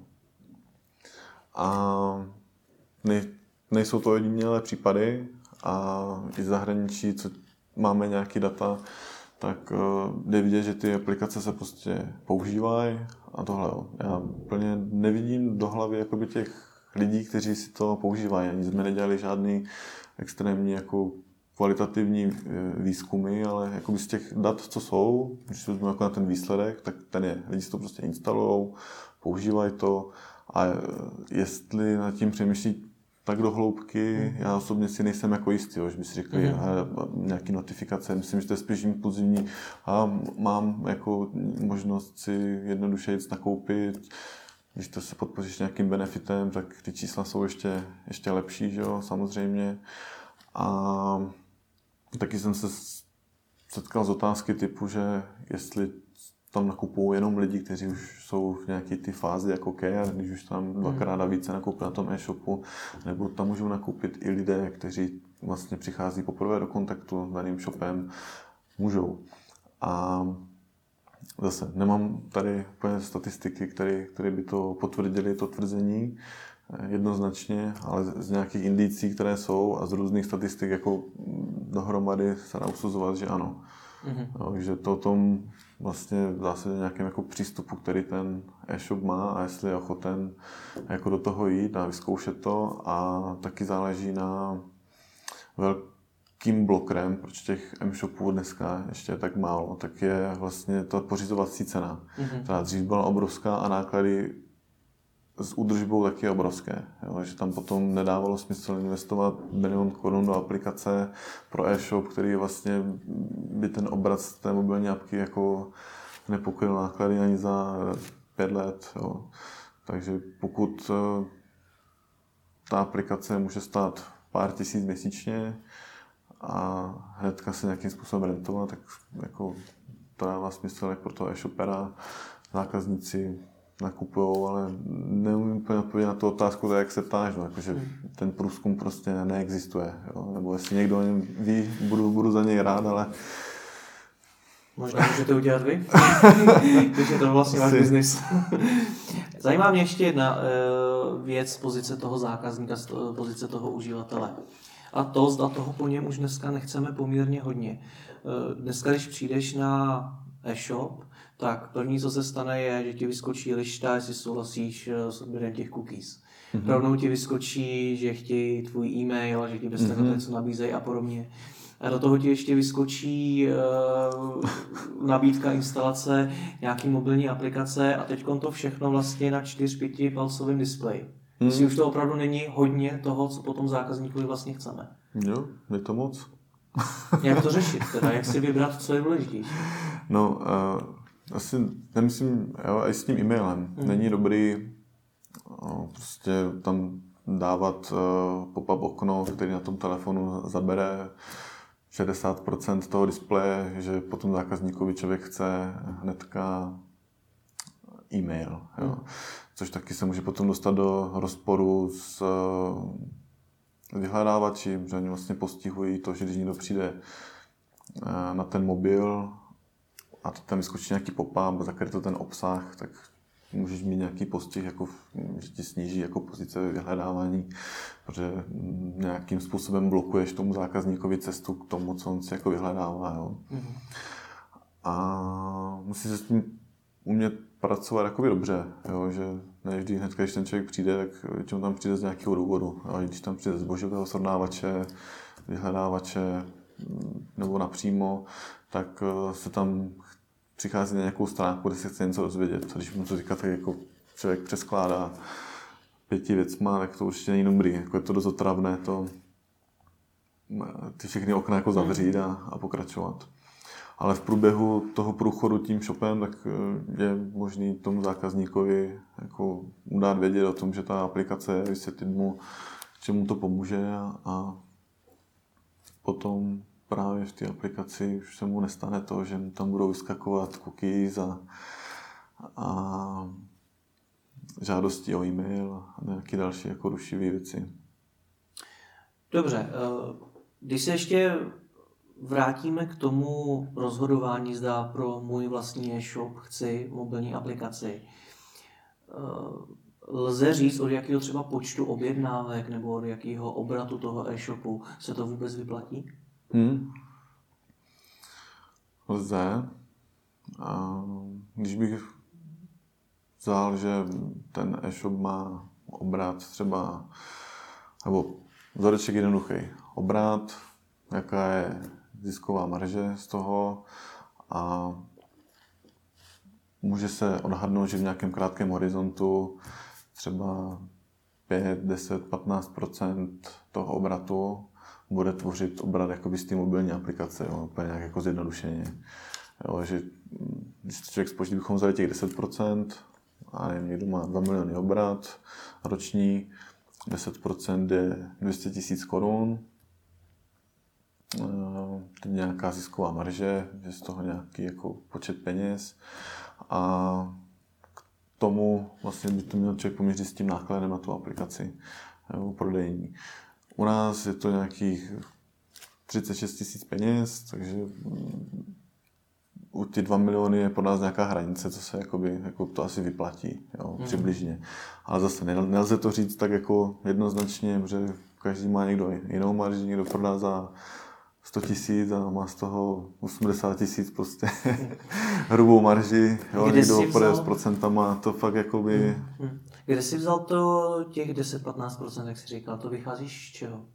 A nejsou to ojedinělé případy, a i v zahraničí, co máme nějaký data, tak jde vidět, že ty aplikace se prostě používají a tohle. Já úplně nevidím do hlavy jakoby těch lidí, kteří si to používají. Ani jsme nedělali žádný extrémní jako kvalitativní výzkumy, ale jakoby z těch dat, co jsou, když se vezmeme jako na ten výsledek, tak ten je. Lidi si to prostě instalujou, používají to a jestli nad tím přemýšlí tak do hloubky, já osobně si nejsem jako jistý, že by si řekli, nějaký notifikace, myslím, že to je spíš impulzivní a mám jako možnost si jednoduše jít nakoupit, když to se podpoříš nějakým benefitem, tak ty čísla jsou ještě lepší, že jo, samozřejmě. A taky jsem se setkal z otázky typu, že jestli tam nakupují jenom lidi, kteří už jsou v nějaké ty fázi jako care, když už tam 2x a více nakoupí na tom e-shopu, nebo tam můžou nakoupit i lidé, kteří vlastně přichází poprvé do kontaktu s daným shopem, můžou. A zase nemám tady úplně statistiky, které by to potvrdily, to tvrzení jednoznačně, ale z nějakých indicí, které jsou a z různých statistik jako dohromady se dá usuzovat, že ano. Takže to o tom vlastně v zásadě nějakém jako přístupu, který ten e-shop má a jestli je ochoten jako do toho jít a vyzkoušet to a taky záleží na velkým blokrem, proč těch m-shopů dneska ještě je tak málo, tak je vlastně ta pořizovací cena, která dřív byla obrovská a náklady s údržbou taky obrovské. Jo, že tam potom nedávalo smysl investovat milion korun do aplikace pro e-shop, který vlastně by ten obrat z té mobilní apky jako nepokryl náklady ani za 5 let. Jo. Takže pokud ta aplikace může stát pár tisíc měsíčně a hnedka se nějakým způsobem rentovat, tak jako to dává smysl jak pro toho e-shopera. Zákazníci nakupujou, ale neumím úplně odpovědět na tu otázku, tak jak se ptáš, no, jakože ten průzkum prostě neexistuje. Jo? Nebo jestli někdo o něm ví, budu za něj rád, ale možná můžete udělat vy, když je to vlastně váš biznis. Zajímá mě ještě jedna věc z pozice toho zákazníka, z pozice toho uživatele. A to, zda toho po něm už dneska nechceme poměrně hodně. Dneska, když přijdeš na e-shop, tak první, co se stane, je, že ti vyskočí lišta, jestli souhlasíš s odběrem těch cookies. Rovnou ti vyskočí, že chtějí tvůj e-mail, že ti bez toho něco nabízejí a podobně. A do toho ti ještě vyskočí nabídka instalace nějaký mobilní aplikace a teď to všechno vlastně na 4-5 palcovém displeji. Jestli už to opravdu není hodně toho, co potom zákazníkovi vlastně chceme. Jo, je to moc. Jak to řešit teda? Jak si vybrat, co je důležitější? No, asi nemyslím, jo, i s tím e-mailem. Není dobrý prostě tam dávat pop-up okno, který na tom telefonu zabere 60% toho displeje, že potom zákazníkovi člověk chce hnedka e-mail. Jo. Což taky se může potom dostat do rozporu s vyhledávači, že oni vlastně postihují to, že když někdo přijde na ten mobil a tam vyskočí nějaký pop-up, zakryje to ten obsah, tak můžeš mít nějaký postih, jako, že ti sníží jako pozice ve vyhledávání, protože nějakým způsobem blokuješ tomu zákazníkovi cestu k tomu, co on si jako vyhledává. Jo. A musí se s tím umět pracovat jakoby dobře, jo, že ne vždy hned, když ten člověk přijde, tak většinou tam přijde z nějakého důvodu. Jo. Když tam přijde z zbožového srovnávače, vyhledávače nebo napřímo, tak se tam přichází na nějakou stránku, kde se chce něco dozvědět. Když mu to říká, tak jako člověk přeskládá 5 věcma, tak to určitě není dobrý. Jako je to dost otravné, to ty všechny okna jako zavřít a pokračovat. Ale v průběhu toho průchodu tím shopem, tak je možný tomu zákazníkovi jako mu dát vědět o tom, že ta aplikace, vysvětlit mu, čemu to pomůže a potom právě v té aplikaci už se mu nestane to, že tam budou vyskakovat cookies a žádosti o e-mail a nějaké další jako rušivé věci. Dobře, když se ještě vrátíme k tomu rozhodování, zda pro můj vlastní e-shop chci mobilní aplikaci. Lze říct, od jakého třeba počtu objednávek nebo od jakého obratu toho e-shopu se to vůbec vyplatí? Lze. Když bych vzal, že ten e-shop má obrat třeba, nebo vzoreček jednoduchý, obrat, jaká je zisková marže z toho a může se odhadnout, že v nějakém krátkém horizontu třeba 5, 10, 15% toho obratu bude tvořit obrat jakoby z té mobilní aplikace, jo, úplně nějak jako zjednodušeně. Jo, že když člověk spočítá, bychom vzali těch 10%, a nevím, někdo má 2 miliony obrat roční, 10% je 200 000 korun, teď nějaká zisková marže, je z toho nějaký jako počet peněz a k tomu vlastně by to měl člověk poměřit s tím nákladem na tu aplikaci, jo, prodejní. U nás je to nějakých 36 000 peněz, takže u ty 2 miliony je pro nás nějaká hranice, co se jakoby, jako to asi vyplatí, jo, přibližně. Ale zase nelze to říct tak jako jednoznačně, protože každý má někdo jinou marži, někdo prodá za 100 000 a má z toho 80 000 prostě hrubou marži, jo, někdo prodá s procentama, to fakt jakoby... Kde jsi vzal to těch 10-15%, jak jsi říkal, to vycházíš z čeho?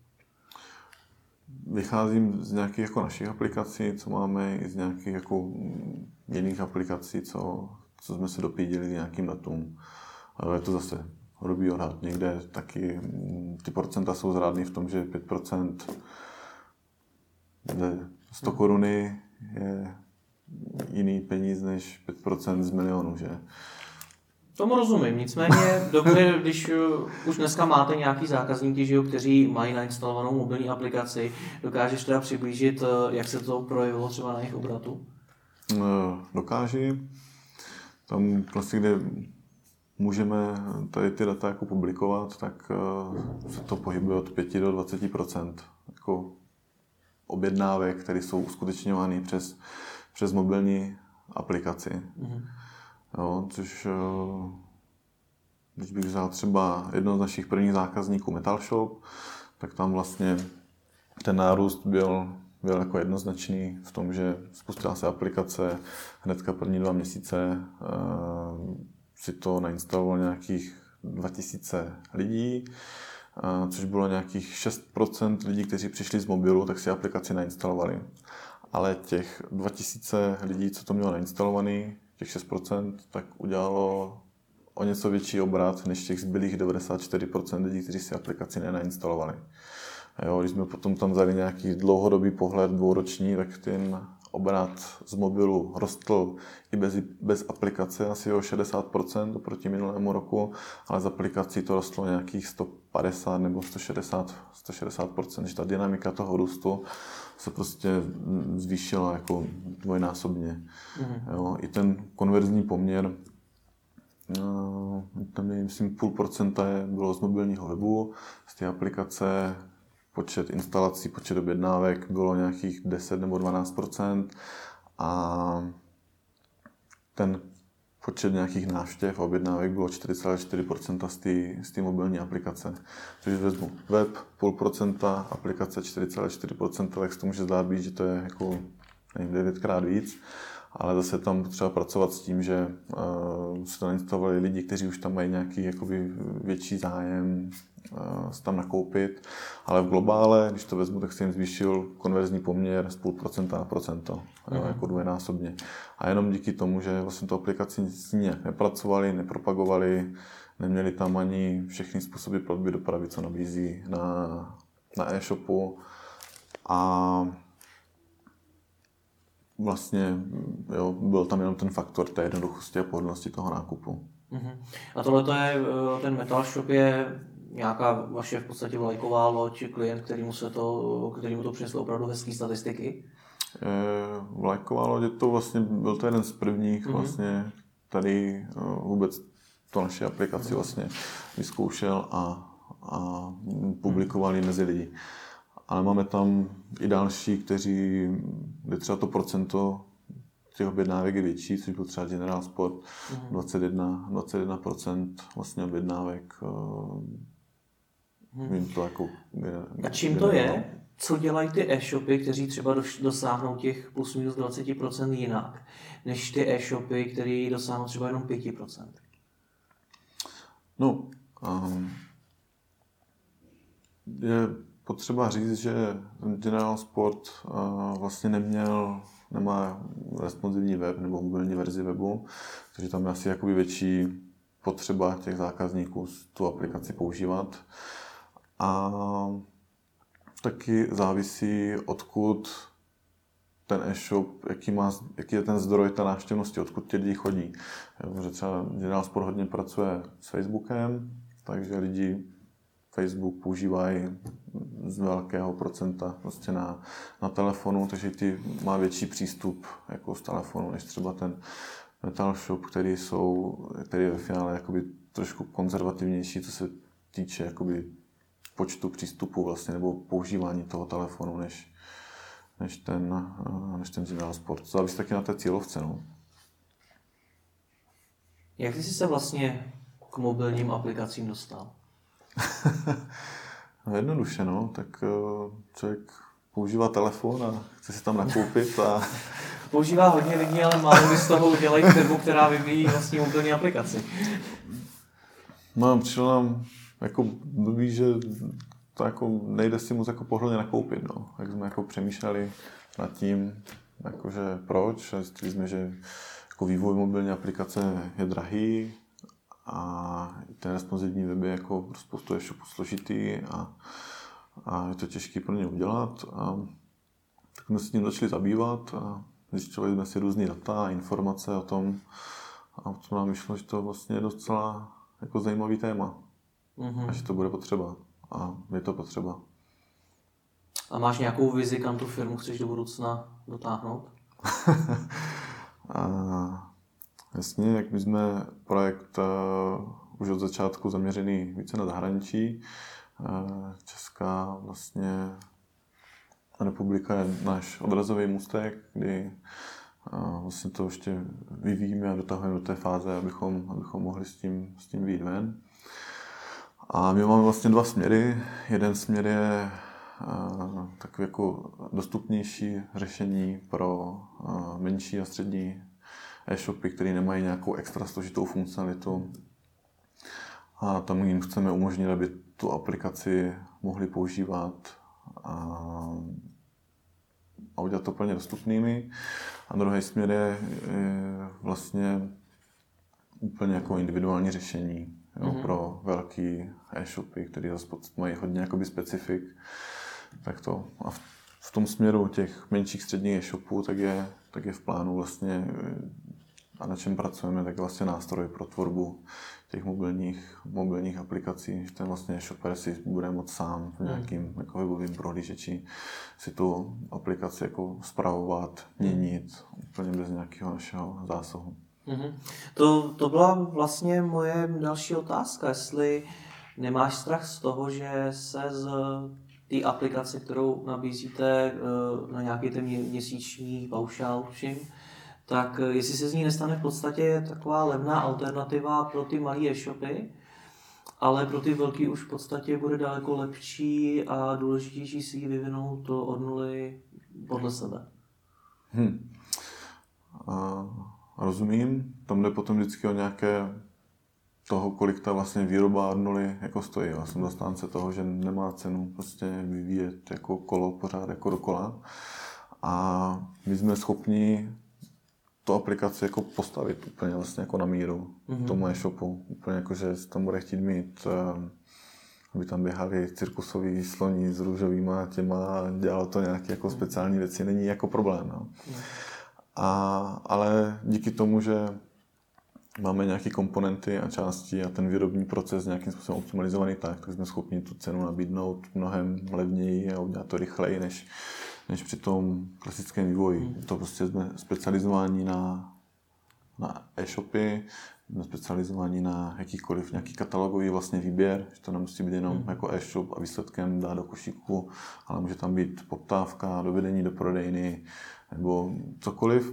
Vycházím z nějakých jako našich aplikací, co máme, i z nějakých jako jiných aplikací, co jsme se dopídili k nějakým datům. Ale je to zase hrubý odhad. Někde taky ty procenta jsou zrádný v tom, že 5% 100 koruny je jiný peníz než 5% z milionu, že? Tomu rozumím, nicméně dobře, když už dneska máte nějaký zákazníky, že jo, kteří mají nainstalovanou mobilní aplikaci, dokážeš teda přiblížit, jak se to projevilo třeba na jejich obratu? Dokáží. Tam vlastně, kde můžeme tady ty data jako publikovat, tak se to pohybuje od 5 do 20% jako objednávek, které jsou uskutečňovány přes mobilní aplikaci. Mm-hmm. Jo, což když bych vzal třeba jedno z našich prvních zákazníků Metal Shop, tak tam vlastně ten nárůst byl jako jednoznačný v tom, že spustila se aplikace, hnedka první 2 měsíce si to nainstalovalo nějakých 2000 lidí, což bylo nějakých 6% lidí, kteří přišli z mobilu, tak si aplikaci nainstalovali. Ale těch 2000 lidí, co to mělo nainstalovaný, těch 6%, tak udělalo o něco větší obrat než těch zbylých 94% lidí, kteří si aplikaci nenainstalovali. Jo, když jsme potom tam vzali nějaký dlouhodobý pohled, 2roční, tak ten obrat z mobilu rostl i bez aplikace asi o 60% oproti minulému roku, ale z aplikací to rostlo nějakých 150 nebo 160%, že ta dynamika toho růstu se prostě zvýšila jako dvojnásobně. Mm-hmm. Jo, i ten konverzní poměr, tam je, myslím, 0,5% bylo z mobilního webu, z té aplikace počet instalací, počet objednávek bylo nějakých 10 nebo 12% a ten počet nějakých návštěv a objednávek bylo 4,4% z té mobilní aplikace. Což vezmu web 0,5%, aplikace 4,4%, tak se to může zdát být, že to je jako 9krát víc. Ale zase tam třeba pracovat s tím, že se tam instalovali lidi, kteří už tam mají nějaký jakoby větší zájem se tam nakoupit. Ale v globále, když to vezmu, tak se jim zvýšil konverzní poměr z 0,5% na procento, jako dvojnásobně. A jenom díky tomu, že vlastně tu aplikaci s ní nějak nepracovali, nepropagovali, neměli tam ani všechny způsoby platby dopravy, co nabízí na e-shopu. A vlastně jo, byl tam jenom ten faktor té jednoduchosti a pohodlnosti toho nákupu. Uh-huh. A tohle je, ten Metal Shop je nějaká vaše v podstatě vlajková loď, klient, kterému to přineslo opravdu hezký statistiky? Vlajková loď, byl to jeden z prvních vlastně tady vůbec to naše aplikaci vlastně vyzkoušel a publikovali mezi lidi. Ale máme tam i další, kde třeba to procento těch objednávek je větší, což byl třeba General Sport, 21% vlastně objednávek. Vím to jako, a čím to je? Co dělají ty e-shopy, kteří třeba dosáhnou těch plus minus 20% jinak, než ty e-shopy, které dosáhnou třeba jenom 5%? No, je potřeba říct, že General Sport vlastně nemá responsivní web nebo mobilní verzi webu, takže tam je asi jakoby větší potřeba těch zákazníků tu aplikaci používat. A taky závisí, odkud ten e-shop, jaký je ten zdroj té návštěvnosti, odkud ti lidi chodí. Protože třeba General Sport hodně pracuje s Facebookem, takže lidi Facebook používají z velkého procenta prostě na telefonu, takže ty má větší přístup jako z telefonu, než třeba ten Metal Shop, který je ve finále jakoby trošku konzervativnější, co se týče jakoby počtu přístupů vlastně, nebo používání toho telefonu, než ten General Sport. To závisí taky na té cílovce. No. Jak jsi se vlastně k mobilním aplikacím dostal? No jednoduše, no. Tak člověk používá telefon a chce si tam nakoupit a... Používá hodně lidí, ale málo z toho udělají firmu, která vyvíjí vlastně mobilní aplikaci. No, přišlo nám jako blbý, že to jako nejde si moc jako pohodlně nakoupit, no. Jak jsme jako přemýšleli nad tím, jakože proč, a zjistili jsme, že jako vývoj mobilní aplikace je drahý a ten responsivní web je jako pro spoustu e-shopů složitý a je to těžké pro ně udělat. A tak jsme se tím začali zabývat a zjišťovali jsme si různý data a informace o tom a to nám vyšlo, že to vlastně je docela jako zajímavý téma a že to bude potřeba a je to potřeba. A máš nějakou vizi, kam tu firmu chceš do budoucna dotáhnout? Jasně, jak my jsme projekt už od začátku zaměřený více na zahraničí. Česká vlastně republika je náš odrazový můstek, kdy vlastně to ještě vyvíjíme a dotahujeme do té fáze, abychom mohli s tím vyjít ven. A my máme vlastně dva směry. Jeden směr je takové jako dostupnější řešení pro menší a střední e-shopy, které nemají nějakou extra složitou funkcionalitu. A tam jim chceme umožnit, aby tu aplikaci mohli používat a udělat to plně dostupnými. A druhý směr je vlastně úplně jako individuální řešení pro velký e-shopy, které zase mají hodně jakoby specifik. Tak to. A v tom směru těch menších středních e-shopů tak je v plánu vlastně a na čem pracujeme, tak je vlastně nástroj pro tvorbu těch mobilních aplikací, že ten vlastně e-shopper si bude moct sám v nějakým jako webovým prohlížeči si tu aplikaci jako spravovat, měnit úplně bez nějakého našeho zásahu. To byla vlastně moje další otázka, jestli nemáš strach z toho, že se z té aplikace, kterou nabízíte na nějaký ten měsíční paušál všim, tak jestli se z ní nestane v podstatě taková levná alternativa pro ty malé e-shopy, ale pro ty velký už v podstatě bude daleko lepší a důležitější si ji vyvinout to od nuly podle sebe. Rozumím, tam jde potom vždycky o nějaké toho, kolik ta vlastně výroba od nuly jako stojí. Já jsem zastánce toho, že nemá cenu prostě vyvíjet jako kolo pořád jako dokola. A my jsme schopni tu aplikaci jako postavit úplně vlastně jako na míru tomu e-shopu. Úplně jako, že tam bude chtít mít, aby tam běhali cirkusoví sloní s růžovýma těma a dělalo to nějaké jako speciální věci, není jako problém. No. Ale díky tomu, že máme nějaké komponenty a části a ten výrobní proces nějakým způsobem optimalizovaný tak jsme schopni tu cenu nabídnout mnohem levněji a udělat to rychleji než při tom klasickém vývoji. To prostě jsme specializovaní na e-shopy, jsme specializovaní na jakýkoliv nějaký katalogový vlastně výběr, že to nemusí být jenom jako e-shop a výsledkem dát do košíku, ale může tam být poptávka, dovedení do prodejny nebo cokoliv.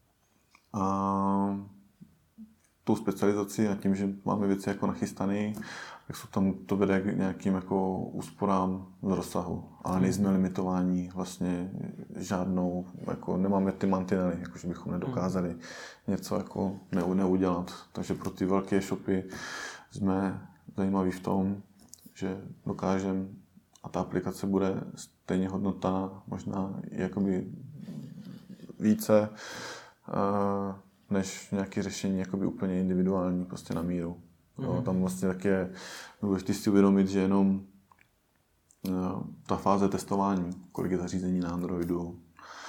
A tou specializací a tím, že máme věci jako nachystané, tak jsou tam to vede k nějakým jako úsporám z rozsahu. Ale nejsme limitováni vlastně žádnou, jako nemáme ty mantinely, jako že bychom nedokázali něco jako neudělat. Takže pro ty velké shopy jsme zajímaví v tom, že dokážeme a ta aplikace bude stejně hodnotná, možná jakoby více, než nějaké řešení jakoby úplně individuální, prostě na míru. No, tam vlastně tak je důležité si uvědomit, že jenom ta fáze testování, kolik je zařízení na Androidu,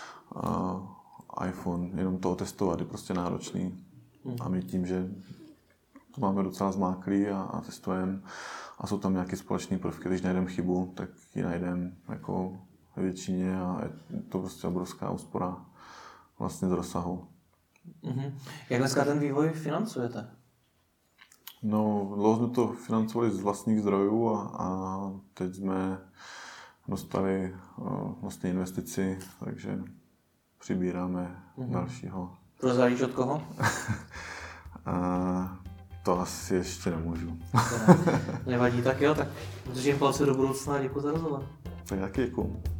iPhone, jenom to testovat je prostě náročný. A my tím, že to máme docela zmáklý a testujeme a jsou tam nějaké společné prvky, když najdeme chybu, tak ji najdeme jako ve většině a je to prostě obrovská úspora vlastně z rozsahu. Jak dneska ten vývoj financujete? No, dlouho jsme to financovali z vlastních zdrojů a teď jsme dostali vlastně investici, takže přibíráme dalšího. Prozradíš od koho? To asi ještě nemůžu. Nevadí, tak jo, tak držím palce do budoucna a děkuji za rozhovor. Tak taky děkuji.